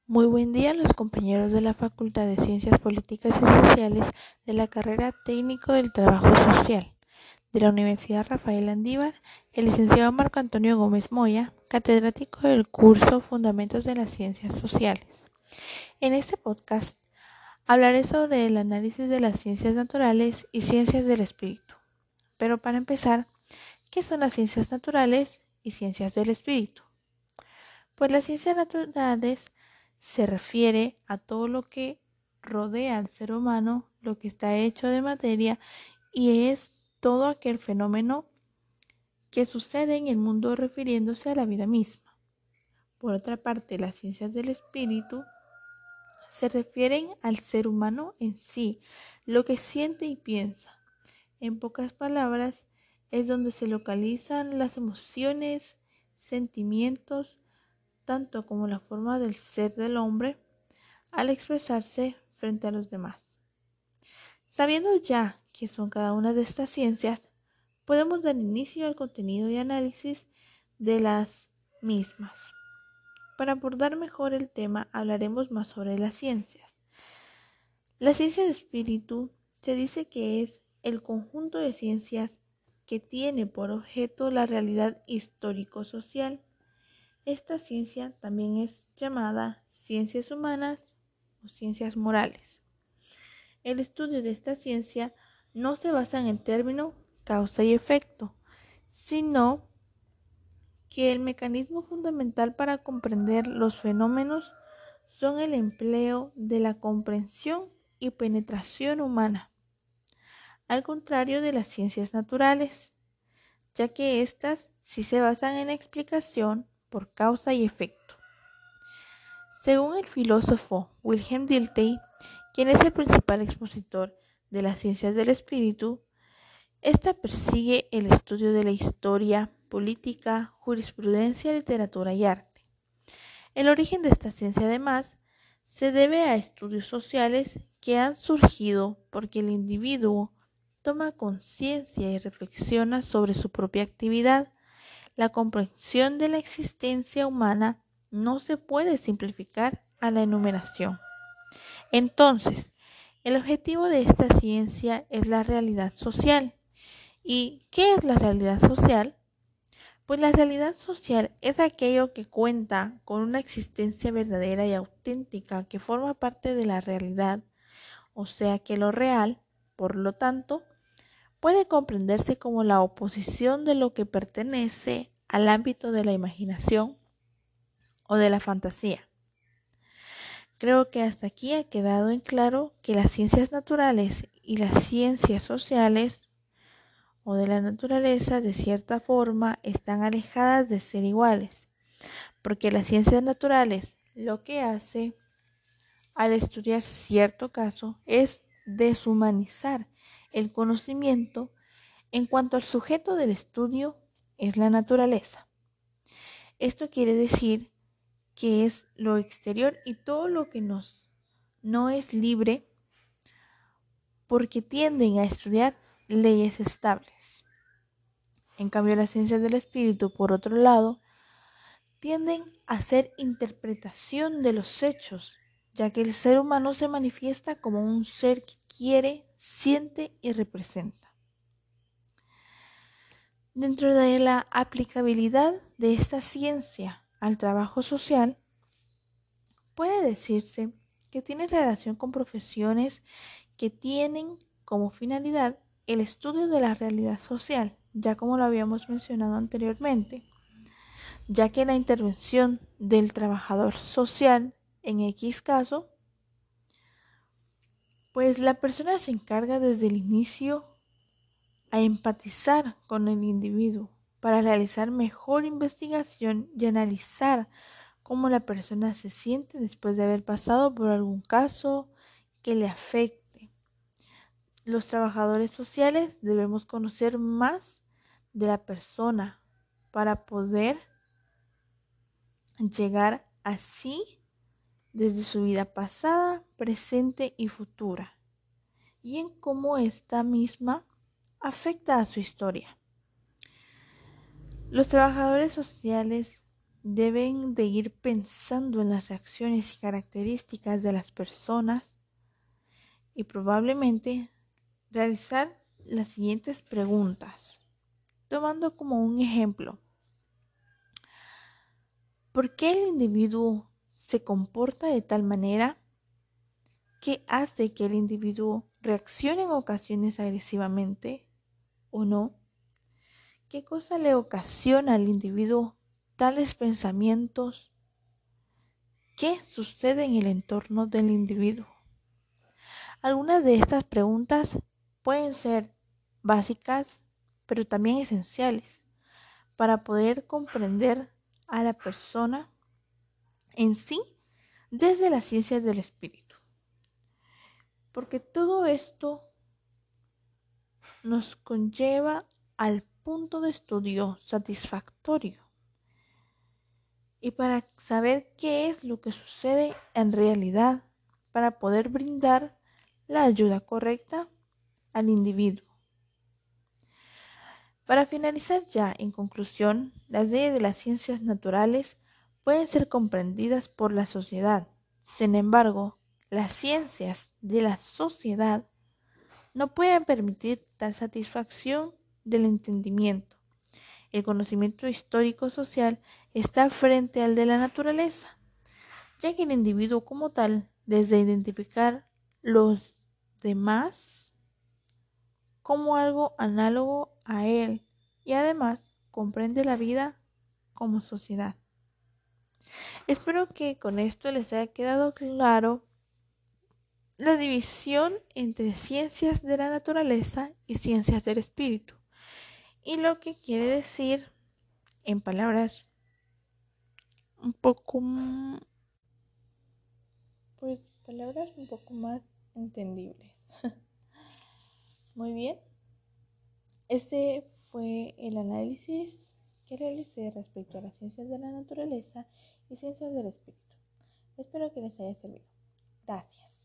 Muy buen día a los compañeros de la Facultad de Ciencias Políticas y Sociales de la carrera Técnico del Trabajo Social de la Universidad Rafael Andívar, el licenciado Marco Antonio Gómez Moya, catedrático del curso Fundamentos de las Ciencias Sociales. En este podcast hablaré sobre el análisis de las ciencias naturales y ciencias del espíritu. Pero para empezar, ¿qué son las ciencias naturales y ciencias del espíritu? Pues las ciencias naturales se refiere a todo lo que rodea al ser humano, lo que está hecho de materia y es todo aquel fenómeno que sucede en el mundo refiriéndose a la vida misma. Por otra parte, las ciencias del espíritu se refieren al ser humano en sí, lo que siente y piensa. En pocas palabras, es donde se localizan las emociones, sentimientos, tanto como la forma del ser del hombre al expresarse frente a los demás. Sabiendo ya qué son cada una de estas ciencias, podemos dar inicio al contenido y análisis de las mismas. Para abordar mejor el tema, hablaremos más sobre las ciencias. La ciencia de espíritu se dice que es el conjunto de ciencias que tiene por objeto la realidad histórico-social. Esta ciencia también es llamada ciencias humanas o ciencias morales. El estudio de esta ciencia no se basa en el término causa y efecto, sino que el mecanismo fundamental para comprender los fenómenos son el empleo de la comprensión y penetración humana, al contrario de las ciencias naturales, ya que éstas sí se basan en la explicación por causa y efecto. Según el filósofo Wilhelm Dilthey, quien es el principal expositor de las ciencias del espíritu, esta persigue el estudio de la historia, política, jurisprudencia, literatura y arte. El origen de esta ciencia, además, se debe a estudios sociales que han surgido porque el individuo toma conciencia y reflexiona sobre su propia actividad. La comprensión de la existencia humana no se puede simplificar a la enumeración. Entonces, el objetivo de esta ciencia es la realidad social. ¿Y qué es la realidad social? Pues la realidad social es aquello que cuenta con una existencia verdadera y auténtica que forma parte de la realidad, o sea que lo real, por lo tanto, puede comprenderse como la oposición de lo que pertenece al ámbito de la imaginación o de la fantasía. Creo que hasta aquí ha quedado en claro que las ciencias naturales y las ciencias sociales o de la naturaleza de cierta forma están alejadas de ser iguales, porque las ciencias naturales lo que hace al estudiar cierto caso es deshumanizar el conocimiento en cuanto al sujeto del estudio es la naturaleza. Esto quiere decir que es lo exterior y todo lo que no es libre porque tienden a estudiar leyes estables. En cambio, las ciencias del espíritu, por otro lado, tienden a hacer interpretación de los hechos, ya que el ser humano se manifiesta como un ser que quiere, siente y representa. Dentro de la aplicabilidad de esta ciencia al trabajo social, puede decirse que tiene relación con profesiones que tienen como finalidad el estudio de la realidad social, ya como lo habíamos mencionado anteriormente, ya que la intervención del trabajador social en X caso, pues la persona se encarga desde el inicio a empatizar con el individuo para realizar mejor investigación y analizar cómo la persona se siente después de haber pasado por algún caso que le afecte. Los trabajadores sociales debemos conocer más de la persona para poder llegar así desde su vida pasada, presente y futura, y en cómo esta misma afecta a su historia. Los trabajadores sociales deben de ir pensando en las reacciones y características de las personas y probablemente realizar las siguientes preguntas, tomando como un ejemplo: ¿por qué el individuo se comporta de tal manera? ¿Qué hace que el individuo reaccione en ocasiones agresivamente o no? ¿Qué cosa le ocasiona al individuo tales pensamientos? ¿Qué sucede en el entorno del individuo? Algunas de estas preguntas pueden ser básicas, pero también esenciales para poder comprender a la persona en sí desde las ciencias del espíritu. Porque todo esto nos conlleva al punto de estudio satisfactorio y para saber qué es lo que sucede en realidad, para poder brindar la ayuda correcta al individuo. Para finalizar ya, en conclusión, las leyes de las ciencias naturales pueden ser comprendidas por la sociedad. Sin embargo, las ciencias de la sociedad no pueden permitir tal satisfacción del entendimiento. El conocimiento histórico-social está frente al de la naturaleza, ya que el individuo como tal, desde identificar los demás como algo análogo a él y además comprende la vida como sociedad. Espero que con esto les haya quedado claro la división entre ciencias de la naturaleza y ciencias del espíritu, y lo que quiere decir en palabras un poco, palabras un poco más entendibles. Muy bien, ese fue el análisis que realicé respecto a las ciencias de la naturaleza y ciencias del espíritu. Espero que les haya servido. Gracias.